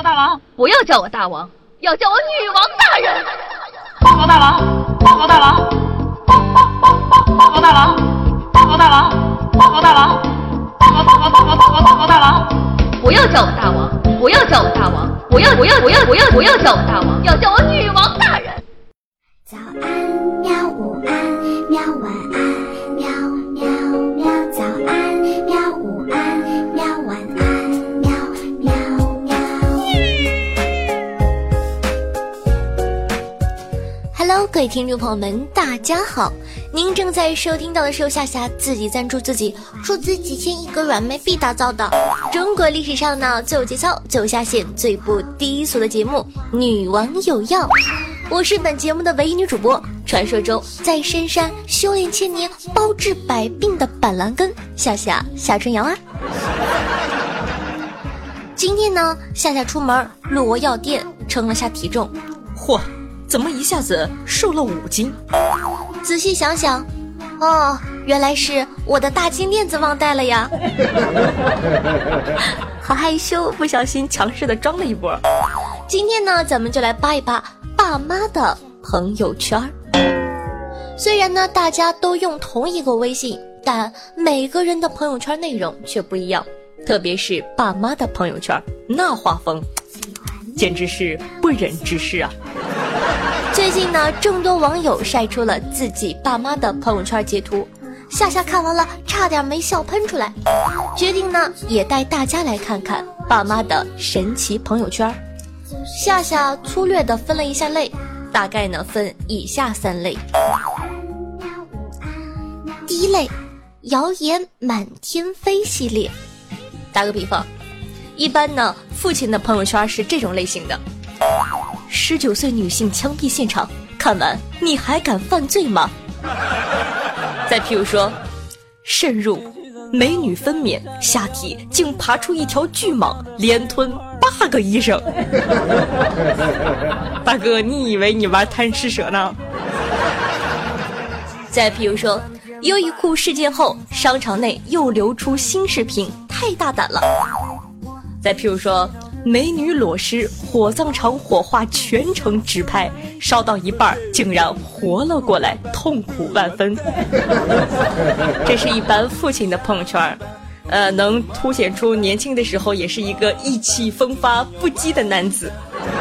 大王， 不要叫我大王，要叫我女王大人。 报告大王，报告大王，报告大王，报告大王，报告大王，报告大王。 不要叫我大王，不要叫我大王，不要叫我大王，要叫我女王大人。 早安喵，午安喵，晚安喵喵喵，早安喵，午安喵，晚安喵喵喵。Hello， 各位听众朋友们，大家好！您正在收听到的是由夏夏自己赞助自己，出资几千亿个软妹币打造的中国历史上呢最有节操、最有下限、最不低俗的节目《女王有药》。我是本节目的唯一女主播，传说中在深山修炼千年、包治百病的板蓝根夏春瑶啊。今天呢，夏夏出门路过药店，称了下体重， 嚯，怎么一下子瘦了5斤？ 仔细想想，哦，原来是我的大金链子忘带了呀。 好害羞，不小心强势的装了一波。 今天呢，咱们就来扒一扒爸妈的朋友圈。虽然呢大家都用同一个微信，但每个人的朋友圈内容却不一样，特别是爸妈的朋友圈，那画风简直是不忍直视啊。 最近呢，众多网友晒出了自己爸妈的朋友圈截图，夏夏看完了差点没笑喷出来，决定呢也带大家来看看爸妈的神奇朋友圈。夏夏粗略地分了一下类，大概呢分以下3类。第一类，谣言满天飞系列。打个比方，一般呢父亲的朋友圈是这种类型的：19岁女性枪毙现场，看完你还敢犯罪吗？再譬如说，慎入，美女分娩，下体竟爬出一条巨蟒，连吞8个医生。 大哥，你以为你玩贪吃蛇呢？ 再譬如说，优衣库事件后，商场内又流出新视频，太大胆了。 再譬如说，美女裸尸，火葬场火化全程直拍，烧到一半竟然活了过来，痛苦万分。这是一般父亲的朋友圈，能凸显出年轻的时候也是一个意气风发不羁的男子。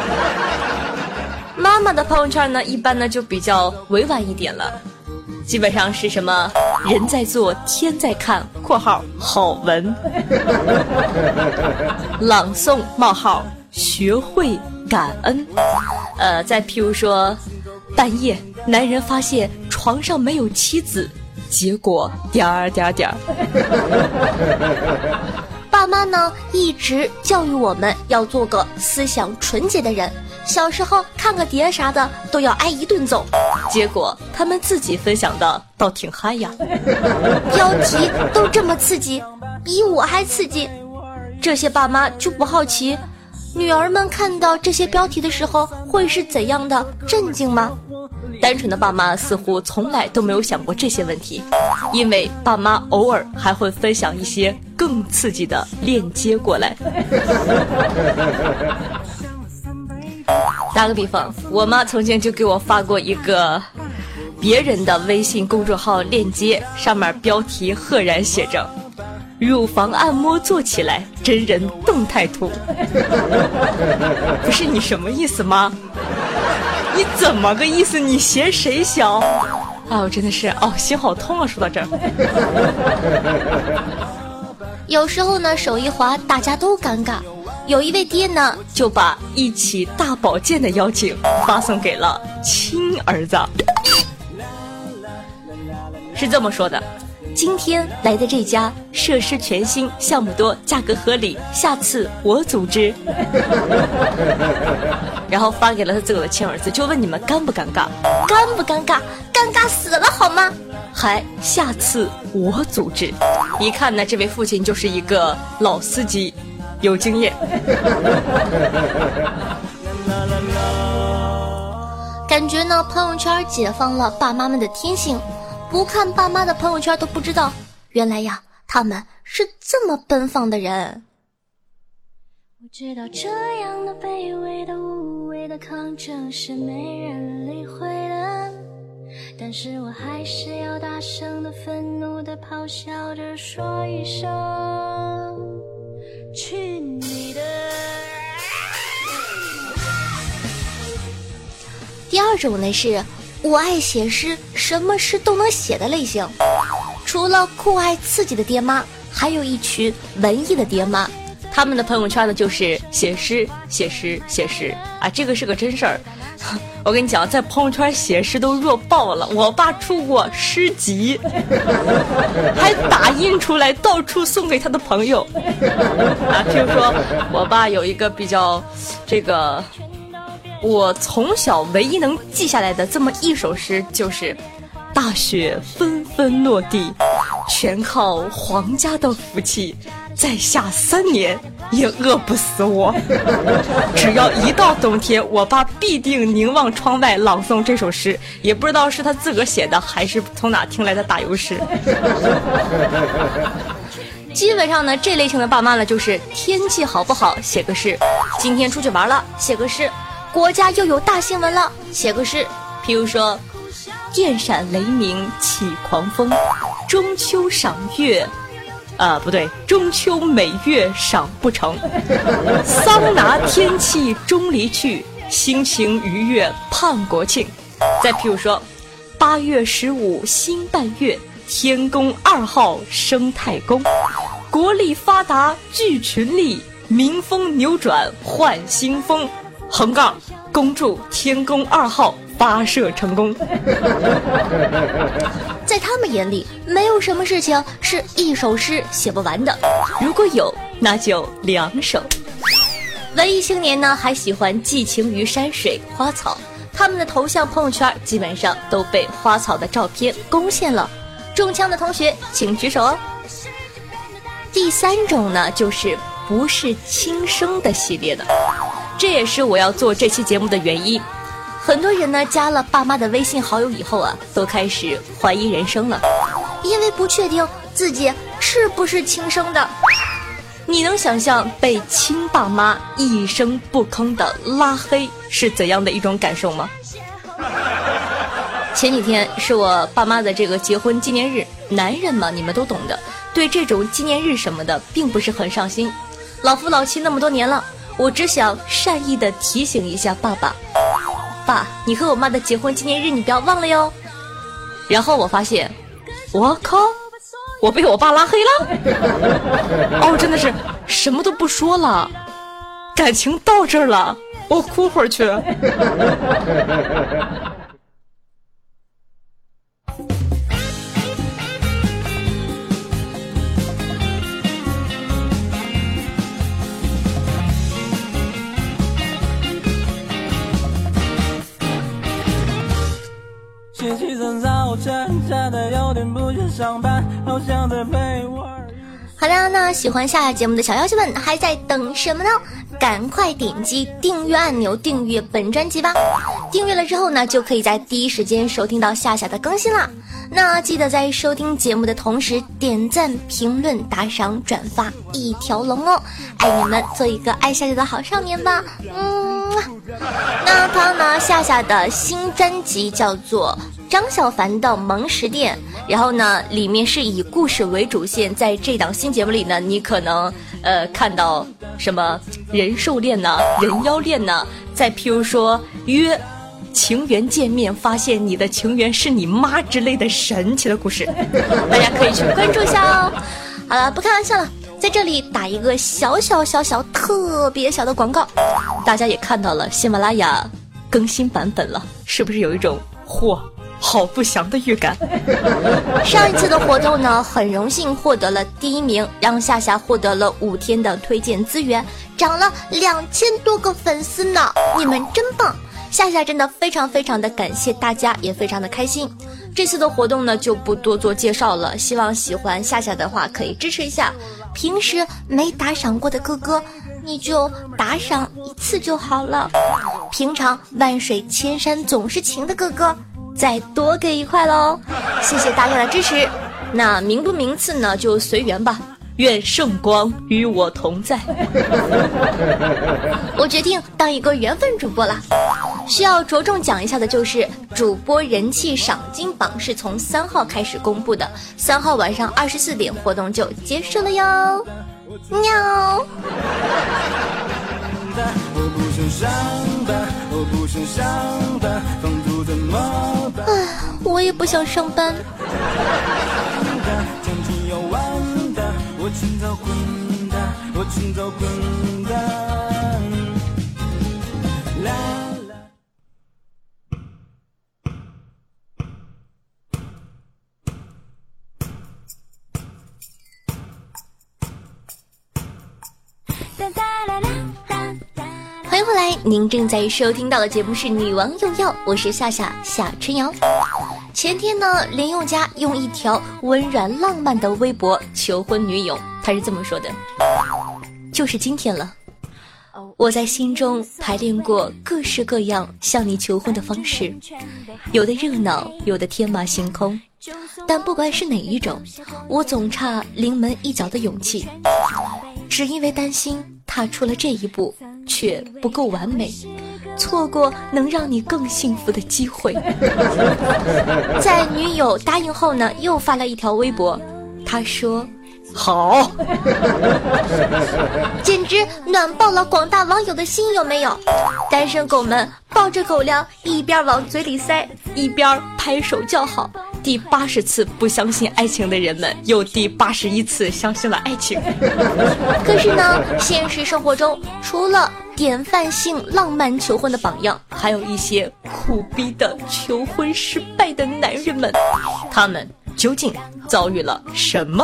妈妈的朋友圈呢，一般呢就比较委婉一点了，基本上是什么人在做天在看（括号好文），朗诵冒号学会感恩。再譬如说，半夜男人发现床上没有妻子，结果……爸妈呢一直教育我们要做个思想纯洁的人，小时候看个碟啥的都要挨一顿揍，结果他们自己分享的倒挺嗨呀。标题都这么刺激，比我还刺激，这些爸妈就不好奇女儿们看到这些标题的时候会是怎样的震惊吗？单纯的爸妈似乎从来都没有想过这些问题，因为爸妈偶尔还会分享一些更刺激的链接过来。打个比方，我妈曾经就给我发过一个别人的微信公众号链接，上面标题赫然写着乳房按摩做起来，真人动态图。 不是你什么意思吗？你怎么个意思？你嫌谁小？啊，我真的是心好痛啊！说到这儿， 有时候呢手一滑，大家都尴尬。有一位爹呢就把一起大保健的邀请发送给了亲儿子，是这么说的：今天来的这家设施全新，项目多，价格合理，下次我组织。然后发给了他自个的亲儿子，就问你们尴不尴尬？尴不尴尬？尴尬死了好吗？还下次我组织。一看呢，这位父亲就是一个老司机，有经验。感觉呢，朋友圈解放了爸妈们的天性，不看爸妈的朋友圈都不知道，原来呀，他们是这么奔放的人。 我知道这样的卑微的无谓的抗争是没人理会的，但是我还是要大声的愤怒的咆哮着说一声去你的。 第二种呢是我爱写诗，什么诗都能写的类型。除了酷爱刺激的爹妈，还有一群文艺的爹妈，他们的朋友圈呢就是写诗写诗写诗啊，这个是个真事儿。我跟你讲，在朋友圈写诗都弱爆了。我爸出过诗集，还打印出来到处送给他的朋友啊。譬如说我爸有一个比较我从小唯一能记下来的这么一首诗，就是大雪纷纷落地，全靠皇家的福气，再下3年也饿不死我。只要一到冬天，我爸必定凝望窗外朗诵这首诗，也不知道是他自个儿写的还是从哪听来的打油诗。基本上呢，这类型的爸妈呢，就是天气好不好写个诗，今天出去玩了写个诗，国家又有大新闻了写个诗。譬如说电闪雷鸣起狂风，中秋赏月不对，中秋美月赏不成，桑拿天气终离去，心情愉悦盼国庆。再譬如说8月15新半月，天宫2号升太公，国力发达聚群力，民风扭转换新风，横杠恭祝天宫2号发射成功。在他们眼里，没有什么事情是一首诗写不完的，如果有，那就2首。文艺青年呢，还喜欢寄情于山水花草，他们的头像朋友圈基本上都被花草的照片攻陷了。中枪的同学请举手哦。第3种呢，就是不是亲生的系列的，这也是我要做这期节目的原因。很多人呢，加了爸妈的微信好友以后啊，都开始怀疑人生了，因为不确定自己是不是亲生的。你能想象被亲爸妈一声不吭的拉黑是怎样的一种感受吗？前几天是我爸妈的这个结婚纪念日，男人嘛，你们都懂的，对这种纪念日什么的并不是很上心。老夫老妻那么多年了，我只想善意的提醒一下爸爸，爸，你和我妈的结婚纪念日你不要忘了哟。然后我发现，我靠，我被我爸拉黑了。哦，真的是什么都不说了，感情到这儿了，我哭会儿去。 洗洗澡澡，真的有点不想上班，好想的被窝。 好了，那喜欢夏夏节目的小妖精们还在等什么呢？赶快点击订阅按钮，订阅本专辑吧。订阅了之后呢，就可以在第一时间收听到夏夏的更新啦。那记得在收听节目的同时点赞、评论、打赏、转发一条龙哦！爱你们，做一个爱夏夏的好少年吧。那他呢，夏夏的新专辑叫做张小凡的萌食店，然后呢，里面是以故事为主线。在这档新节目里呢，你可能看到什么人兽恋呢、人妖恋呢，再譬如说约情缘见面，发现你的情缘是你妈之类的神奇的故事，大家可以去关注一下哦。好了，不开玩笑了，在这里打一个小特别小的广告，大家也看到了喜马拉雅更新版本了，是不是有一种好不祥的预感？上一次的活动呢，很荣幸获得了第1名，让夏夏获得了5天的推荐资源，涨了2000多个粉丝呢，你们真棒！夏夏真的非常的感谢大家，也非常的开心。这次的活动呢，就不多做介绍了，希望喜欢夏夏的话可以支持一下。平时没打赏过的哥哥，你就打赏1次就好了。平常万水千山总是情的哥哥，再多给1块喽，谢谢大家的支持。那名不名次呢，就随缘吧。 愿圣光与我同在。 我决定当一个缘分主播了。需要着重讲一下的就是主播人气赏金榜是从3号开始公布的，3号晚上24点活动就结束了哟。喵。我也不想上班。欢迎回来，您正在收听到的节目是女王用药，我是夏春瑶。前天呢，林宥嘉用一条温软浪漫的微博求婚女友，他是这么说的：就是今天了，我在心中排练过各式各样向你求婚的方式，有的热闹，有的天马行空，但不管是哪一种，我总差临门一脚的勇气，只因为担心踏出了这一步却不够完美，错过能让你更幸福的机会。在女友答应后呢，又发了一条微博，他说好，简直暖爆了广大网友的心，有没有？单身狗们抱着狗粮，一边往嘴里塞，一边拍手叫好。第80次不相信爱情的人们，又第81次相信了爱情。可是呢，现实生活中，除了典范性浪漫求婚的榜样，还有一些苦逼的求婚失败的男人们，他们究竟遭遇了什么？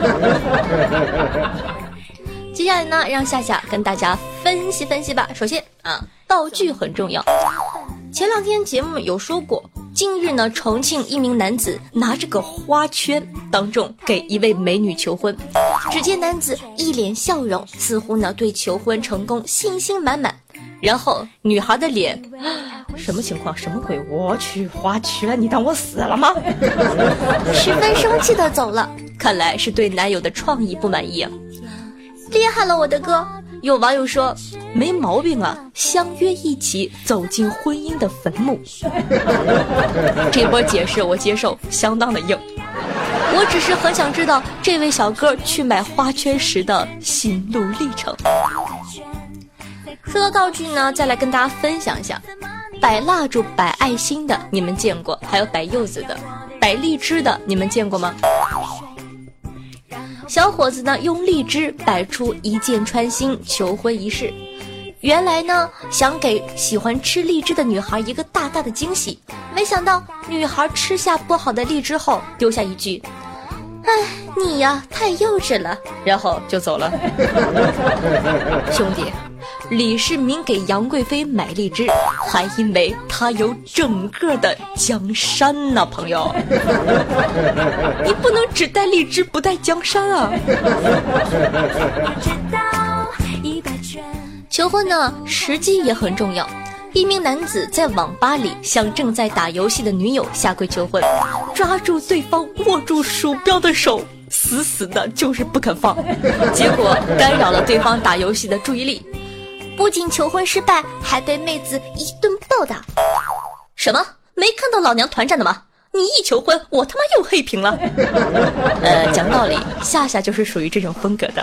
接下来呢，让夏夏跟大家分析分析吧。首先道具很重要。前2天节目有说过，近日呢，重庆一名男子拿着个花圈当众给一位美女求婚，只见男子一脸笑容，似乎呢对求婚成功信心满满。然后女孩的脸，什么情况？什么鬼？我去，花圈，你当我死了吗？十分生气的走了，看来是对男友的创意不满意啊！厉害了，我的哥！有网友说没毛病啊，相约一起走进婚姻的坟墓。这波解释我接受，相当的硬。我只是很想知道这位小哥去买花圈时的心路历程。说到道具呢，再来跟大家分享一下，摆蜡烛摆爱心的你们见过，还有摆柚子的，摆荔枝的你们见过吗？小伙子呢用荔枝摆出一箭穿心求婚仪式，原来呢想给喜欢吃荔枝的女孩一个大大的惊喜，没想到女孩吃下剥好的荔枝后丢下一句：哎，你呀太幼稚了，然后就走了。兄弟，李世民给杨贵妃买荔枝，还因为他有整个的江山呢，朋友。你不能只带荔枝不带江山啊。求婚呢，时机也很重要。一名男子在网吧里向正在打游戏的女友下跪求婚，抓住对方握住鼠标的手，死死的就是不肯放，结果干扰了对方打游戏的注意力，不仅求婚失败，还被妹子一顿暴打。什么？没看到老娘团战的吗？你一求婚，我他妈又黑屏了。讲道理，夏夏就是属于这种风格的。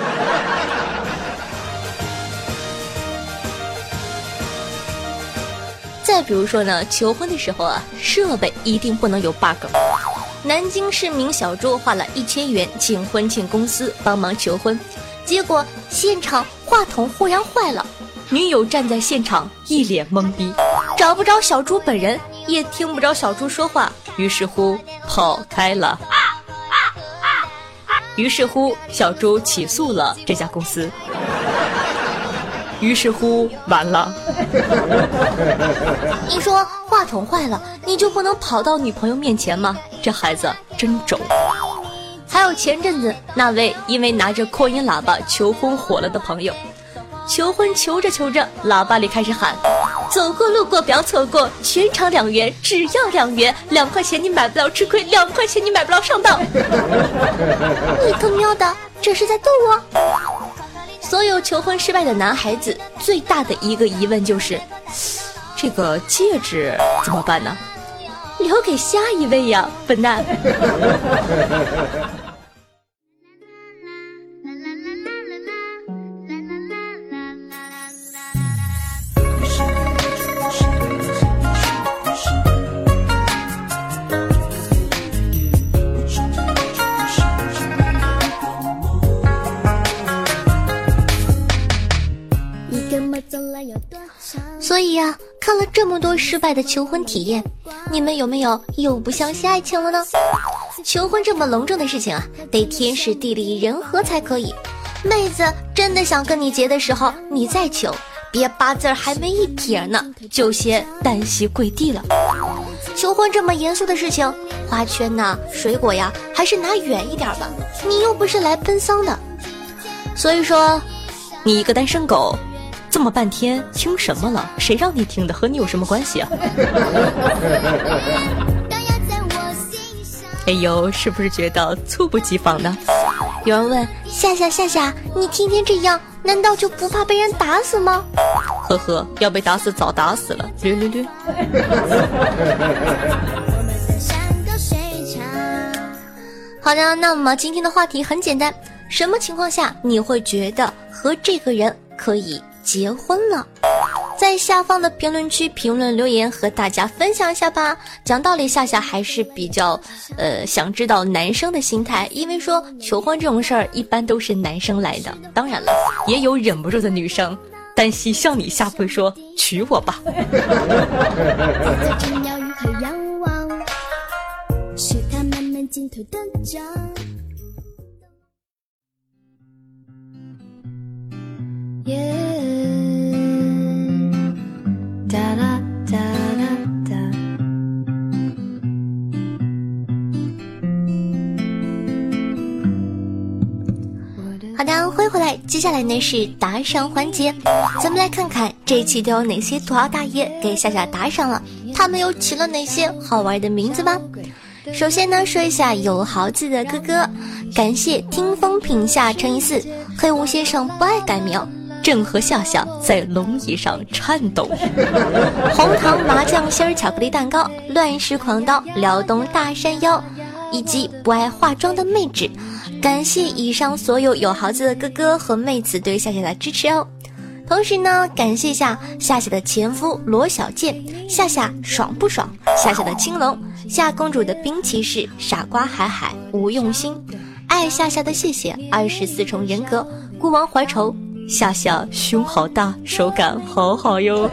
再比如说呢，求婚的时候啊，设备一定不能有 bug。南京市民小周花了1000元请婚庆公司帮忙求婚，结果现场话筒忽然坏了，女友站在现场一脸懵逼，找不着小猪本人，也听不着小猪说话，于是乎跑开了。于是乎小猪起诉了这家公司。于是乎完了。你说话筒坏了，你就不能跑到女朋友面前吗？这孩子真轴。还有前阵子那位因为拿着扩音喇叭求婚火了的朋友，求婚求着求着，喇叭里开始喊：走过路过不要错过，全场2元，只要2元，2块钱你买不了吃亏，2块钱你买不了上当。你他喵的， 这是在逗我？所有求婚失败的男孩子最大的一个疑问就是， 这个戒指怎么办呢？ 留给下一位呀，笨蛋。所以呀，看了这么多失败的求婚体验，你们有没有又不相信爱情了呢？求婚这么隆重的事情啊，得天时地利人和才可以。妹子真的想跟你结的时候，你再求，别八字还没一撇呢，就先单膝跪地了。求婚这么严肃的事情，花圈呐、水果呀，还是拿远一点吧。你又不是来奔丧的。所以说， 你一个单身狗，这么半天听什么了？谁让你听的？和你有什么关系啊？哎呦，是不是觉得猝不及防呢？ 有人问夏夏，你天天这样，难道就不怕被人打死吗？ 呵呵，要被打死早打死了。略。 好的，那么今天的话题很简单，什么情况下你会觉得和这个人可以结婚了？在下方的评论区评论留言和大家分享一下吧。讲道理，夏夏还是比较想知道男生的心态，因为说求婚这种事儿一般都是男生来的，当然了， 也有忍不住的女生单膝向你下跪说娶我吧。是他慢慢镜头的脚。 好的，欢迎回来，接下来呢是打赏环节，咱们来看看这一期都有哪些土豪大爷给夏夏打赏了，他们又起了哪些好玩的名字吧。首先呢，说一下有豪字的哥哥，感谢听风品下乘以4，黑无先生不爱改名， 正和夏夏在龙椅上颤抖， 红糖麻酱心儿巧克力蛋糕，乱世狂刀，辽东大山腰，以及不爱化妆的妹纸。感谢以上所有有豪子的哥哥和妹子对夏夏的支持哦。同时呢，感谢一下夏夏的前夫罗小健，夏夏爽不爽，夏夏的青龙，夏公主的冰骑士，傻瓜海海无用心，爱夏夏的谢谢24重人格，孤王怀愁， 夏夏胸好大，手感好好哟。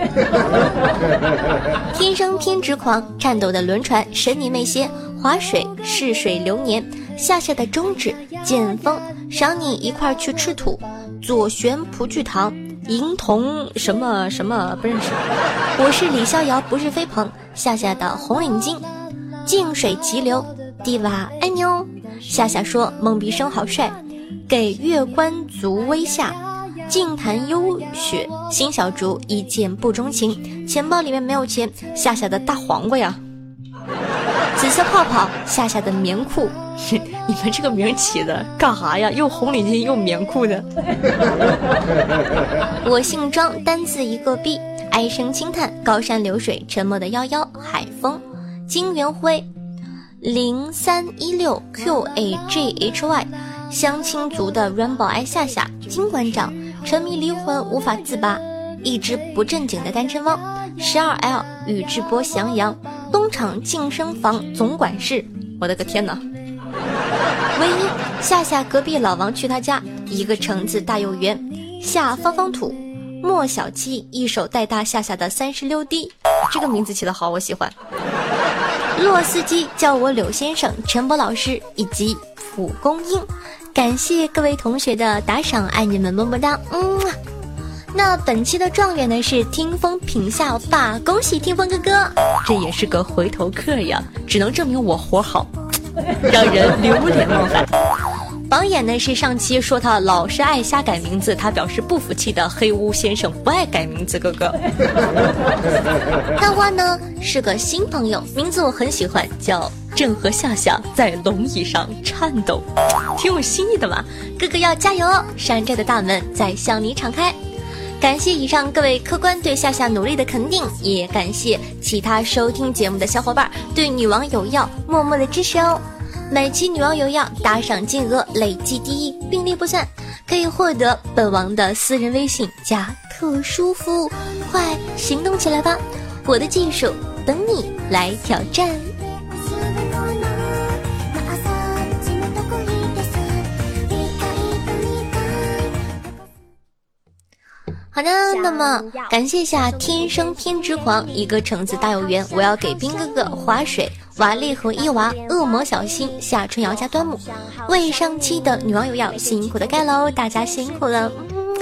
天生偏执狂，颤抖的轮船，神女妹仙，划水逝水流年，夏夏的中指，剑锋，赏你一块去吃土，左旋蒲剧堂，银铜什么什么不认识，我是李逍遥不是飞鹏，夏夏的红领巾，静水急流，蒂瓦爱你哦。夏夏说懵逼生好帅，给月关族微下，净坛幽雪，新小竹一见不钟情，钱包里面没有钱，夏夏的大黄瓜呀，紫色泡泡，夏夏的棉裤。 你们这个名起的干啥呀？又红领巾又棉裤的。 我姓张，单字一个 B， 唉声轻叹，高山流水，沉默的夭夭，海风，金元辉0316QAGHY， 相亲族的软宝爱夏夏，金馆长，沉迷离魂无法自拔，一只不正经的单身汪，12L 宇智波翔阳，东厂晋升房总管事，我的个天哪！唯一夏夏隔壁老王去他家，一个橙子大又圆，夏方方土，莫小七一手带大夏夏的36D，这个名字起得好，我喜欢。洛司机叫我柳先生，陈博老师以及蒲公英，感谢各位同学的打赏，爱你们么么哒。那本期的状元呢是听风品下霸，恭喜听风哥哥， 这也是个回头客呀，只能证明我活好，让人流连忘返。 榜眼呢是上期说他老是爱瞎改名字，他表示不服气的黑屋先生不爱改名字哥哥。探花呢是个新朋友，名字我很喜欢，叫正和夏夏在龙椅上颤抖，挺有新意的嘛。 哥哥要加油哦，山寨的大门在向你敞开。感谢以上各位客官对夏夏努力的肯定，也感谢其他收听节目的小伙伴对女王有药默默的支持哦。每期女王有药打赏金额累计第一，并列不散，可以获得本王的私人微信加特殊服务，快行动起来吧！我的技术等你来挑战。好的，那么感谢一下天生偏执狂一个橙子大有缘，我要给兵哥哥划水瓦力和伊娃恶魔小新夏春瑶加端木为上期的女网友要辛苦的盖楼，大家辛苦了。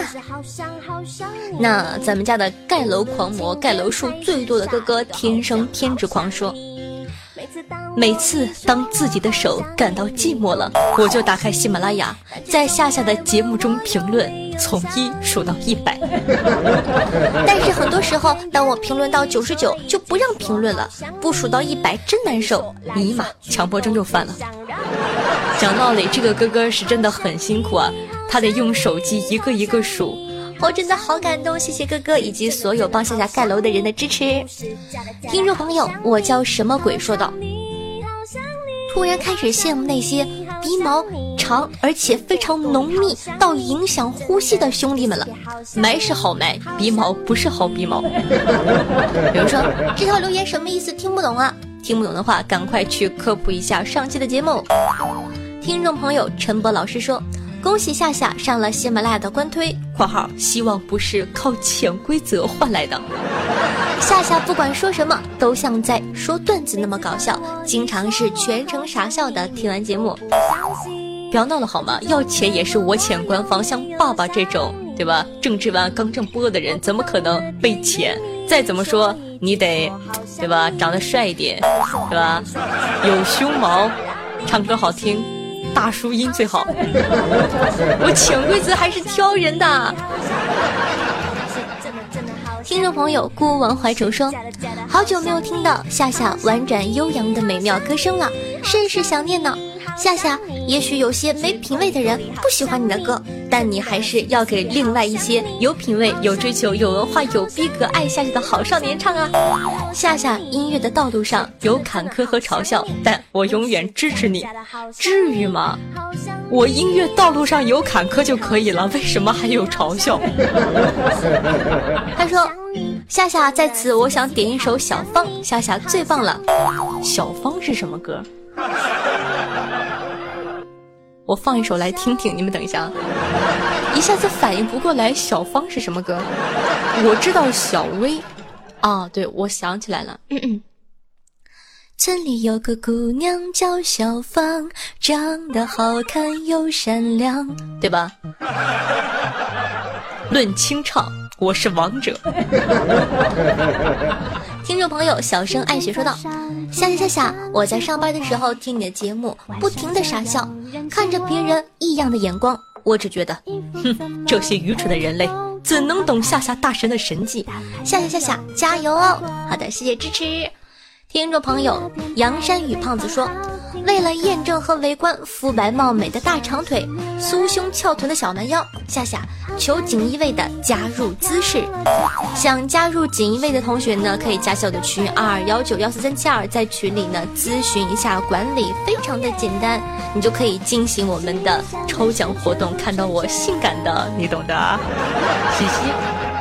那咱们家的盖楼狂魔盖楼数最多的哥哥天生偏执狂说，每次当自己的手感到寂寞了，我就打开喜马拉雅，在夏夏的节目中评论，从1数到100。但是很多时候，当我评论到99就不让评论了，不数到100真难受。尼玛，强迫症又犯了。讲道理，这个哥哥是真的很辛苦啊，他得用手机一个一个数。我真的好感动，谢谢哥哥以及所有帮夏夏盖楼的人的支持。听众朋友，我叫什么鬼说道，突然开始羡慕那些鼻毛长而且非常浓密到影响呼吸的兄弟们了。埋是好埋，鼻毛不是好鼻毛。比如说这条留言什么意思，听不懂啊？听不懂的话赶快去科普一下上期的节目。听众朋友陈博老师说，恭喜夏夏上了喜马拉雅的官推（括号希望不是靠潜规则换来的）。夏夏不管说什么都像在说段子那么搞笑，经常是全程傻笑的。听完节目不要闹了好吗？要钱也是我钱官方，像爸爸这种对吧政治完刚正不阿的人怎么可能被钱？再怎么说你得对吧长得帅一点对吧，有胸毛，唱歌好听，大叔音最好。我潜规则还是挑人的。听众朋友孤王怀愁说，好久没有听到夏夏婉转悠扬的美妙歌声了，甚是想念呢。夏夏，也许有些没品味的人不喜欢你的歌，但你还是要给另外一些有品味、有追求、有文化、有逼格、爱夏夏的好少年唱啊！夏夏音乐的道路上有坎坷和嘲笑，但我永远支持你。至于吗？我音乐道路上有坎坷就可以了，为什么还有嘲笑？他说，夏夏在此我想点一首小芳，夏夏最棒了。小芳是什么歌？我放一首来听听，你们等一下，一下子反应不过来小芳是什么歌。我知道小薇啊，对，我想起来了。村里有个姑娘叫小芳，长得好看又善良，对吧？论清唱，我是王者。听众朋友小声爱雪说道，夏夏，我在上班的时候听你的节目，不停的傻笑，看着别人异样的眼光，我只觉得这些愚蠢的人类怎能懂夏夏大神的神迹。夏夏加油哦。好的，谢谢支持。听众朋友杨山与胖子说，为了验证和围观肤白貌美的大长腿、酥胸翘臀的小蛮腰，夏夏求锦衣卫的加入姿势。想加入锦衣卫的同学呢，可以加校的群2219143772，在群里呢咨询一下管理，非常的简单，你就可以进行我们的抽奖活动，看到我性感的，你懂的啊，嘻嘻。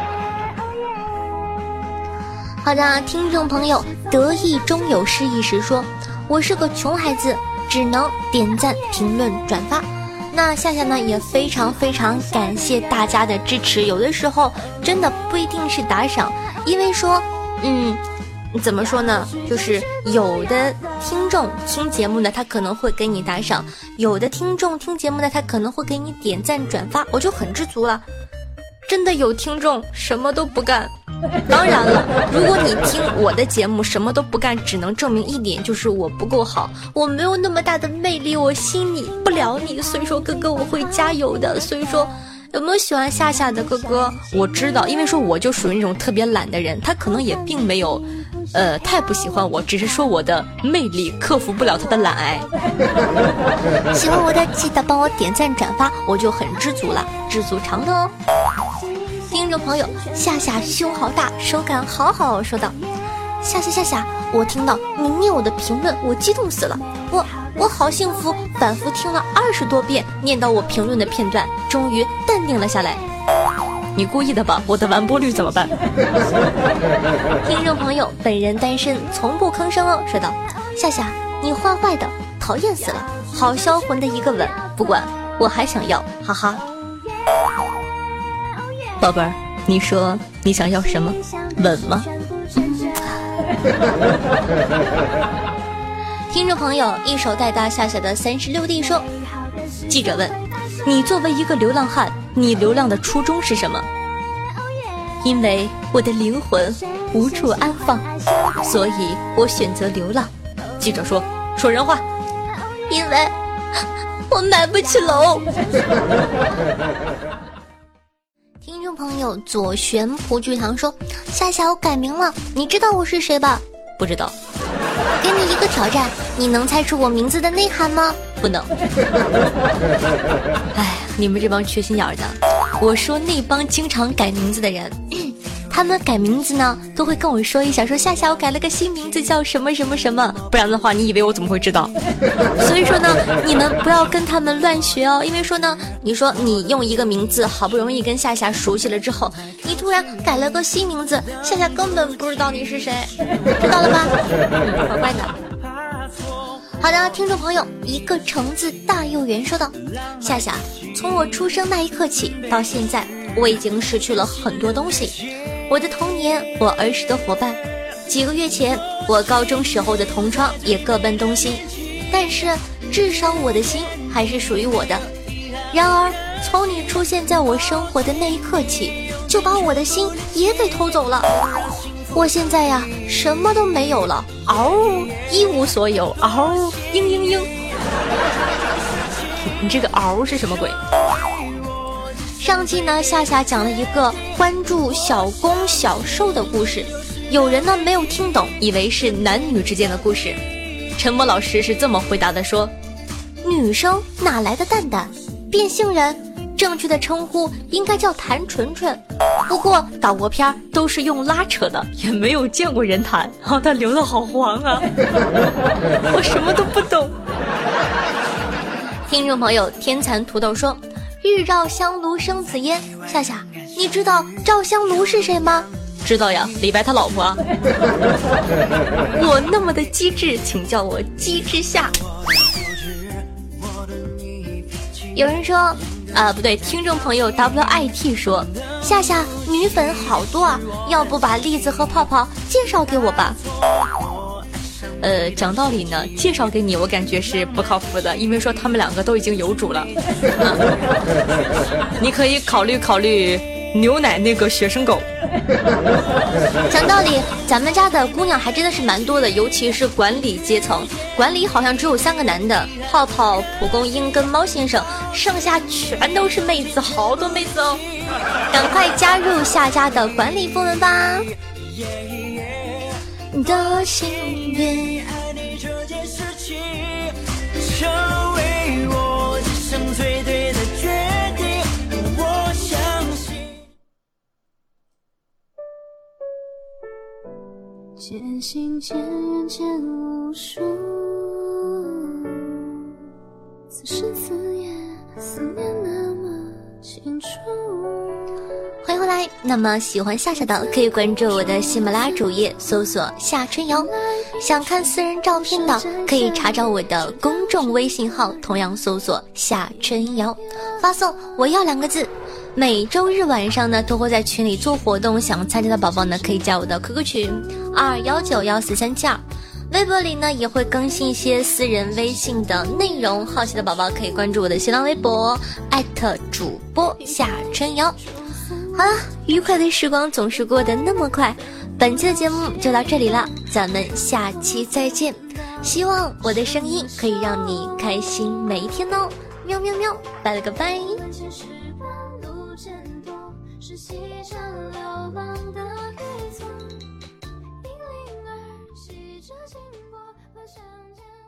好的，听众朋友得意中有失意时说，我是个穷孩子，只能点赞评论转发。那夏夏呢也非常感谢大家的支持，有的时候真的不一定是打赏，因为说怎么说呢，就是有的听众听节目呢他可能会给你打赏，有的听众听节目呢他可能会给你点赞转发，我就很知足了。真的有听众什么都不干，当然了，如果你听我的节目什么都不干，只能证明一点，就是我不够好，我没有那么大的魅力，我吸引不了你，所以说哥哥我会加油的。所以说有没有喜欢夏的哥哥，我知道，因为说我就属于那种特别懒的人，他可能也并没有太不喜欢我，只是说我的魅力克服不了他的懒癌。 喜欢我的记得帮我点赞转发，我就很知足了，知足常乐哦。听众朋友，夏夏胸好大，手感好好，说道：夏夏，我听到你念我的评论，我激动死了，我好幸福，反复听了20多遍，念到我评论的片段，终于淡定了下来。 你故意的吧？我的完播率怎么办？ 听众朋友，本人单身，从不吭声哦，说道：夏，你坏坏的，讨厌死了，好销魂的一个吻，不管，我还想要，哈哈。 宝贝儿，你说你想要什么？吻吗？ 听众朋友，一手带大夏夏的36弟说，记者问，你作为一个流浪汉，你流浪的初衷是什么？因为我的灵魂无处安放，所以我选择流浪。 记者说，说人话。 因为我买不起楼。听众朋友左旋蒲剧堂说，夏夏我改名了，你知道我是谁吧？ 不知道。 给你一个挑战，你能猜出我名字的内涵吗？ 不能。哎，你们这帮缺心眼的，我说那帮经常改名字的人， 他们改名字呢都会跟我说一下，说夏夏我改了个新名字叫什么什么什么， 不然的话你以为我怎么会知道？ 所以说呢，你们不要跟他们乱学哦，因为说呢，你说你用一个名字好不容易跟夏夏熟悉了之后，你突然改了个新名字，夏夏根本不知道你是谁，知道了吧？乖乖的。好的，听众朋友，一个橙子大又圆说道，夏夏，从我出生那一刻起到现在，我已经失去了很多东西，我的童年，我儿时的伙伴，几个月前我高中时候的同窗也各奔东西，但是至少我的心还是属于我的。然而从你出现在我生活的那一刻起，就把我的心也给偷走了。我现在呀，什么都没有了，嗷， 一无所有，嗷，嘤嘤嘤。你这个嗷是什么鬼？ 上期呢，夏夏讲了一个关注小攻小受的故事，有人呢没有听懂，以为是男女之间的故事。 陈默老师是这么回答的，说： 女生哪来的蛋蛋？变性人，正确的称呼应该叫弹纯纯。不过岛国片都是用拉扯的， 也没有见过人弹，他流的好黄啊！我什么都不懂。 听众朋友天蚕土豆说，欲绕香炉生紫烟。夏夏，你知道赵香炉是谁吗？ 知道呀，李白他老婆啊。 我那么的机智，请叫我机智夏。有人说不对，听众朋友 WIT 说，夏夏女粉好多啊，要不把栗子和泡泡介绍给我吧？ 讲道理呢，介绍给你我感觉是不靠谱的，因为说他们两个都已经有主了。你可以考虑牛奶那个学生狗。 讲道理，咱们家的姑娘还真的是蛮多的，尤其是管理阶层，管理好像只有3个男的，泡泡、蒲公英跟猫先生，剩下全都是妹子，好多妹子哦！赶快加入夏家的管理部门吧！的心愿，成为我一生最对的决定，我相信。渐行渐远渐无数，此时此夜，思念那么清楚。欢迎回来，那么喜欢夏夏的可以关注我的喜马拉雅主页，搜索夏春瑶。想看私人照片的可以查找我的公众微信号，同样搜索夏春瑶，发送我要2个字。每周日晚上呢都会在群里做活动，想参加的宝宝呢可以加我的 QQ 群21914372，微博里呢也会更新一些私人微信的内容，好奇的宝宝可以关注我的新浪微博主播夏春瑶。好了，愉快的时光总是过得那么快，本期的节目就到这里了，咱们下期再见。希望我的声音可以让你开心每一天哦，喵喵喵，拜了个拜。是西山流浪的渔村，引领儿法向前。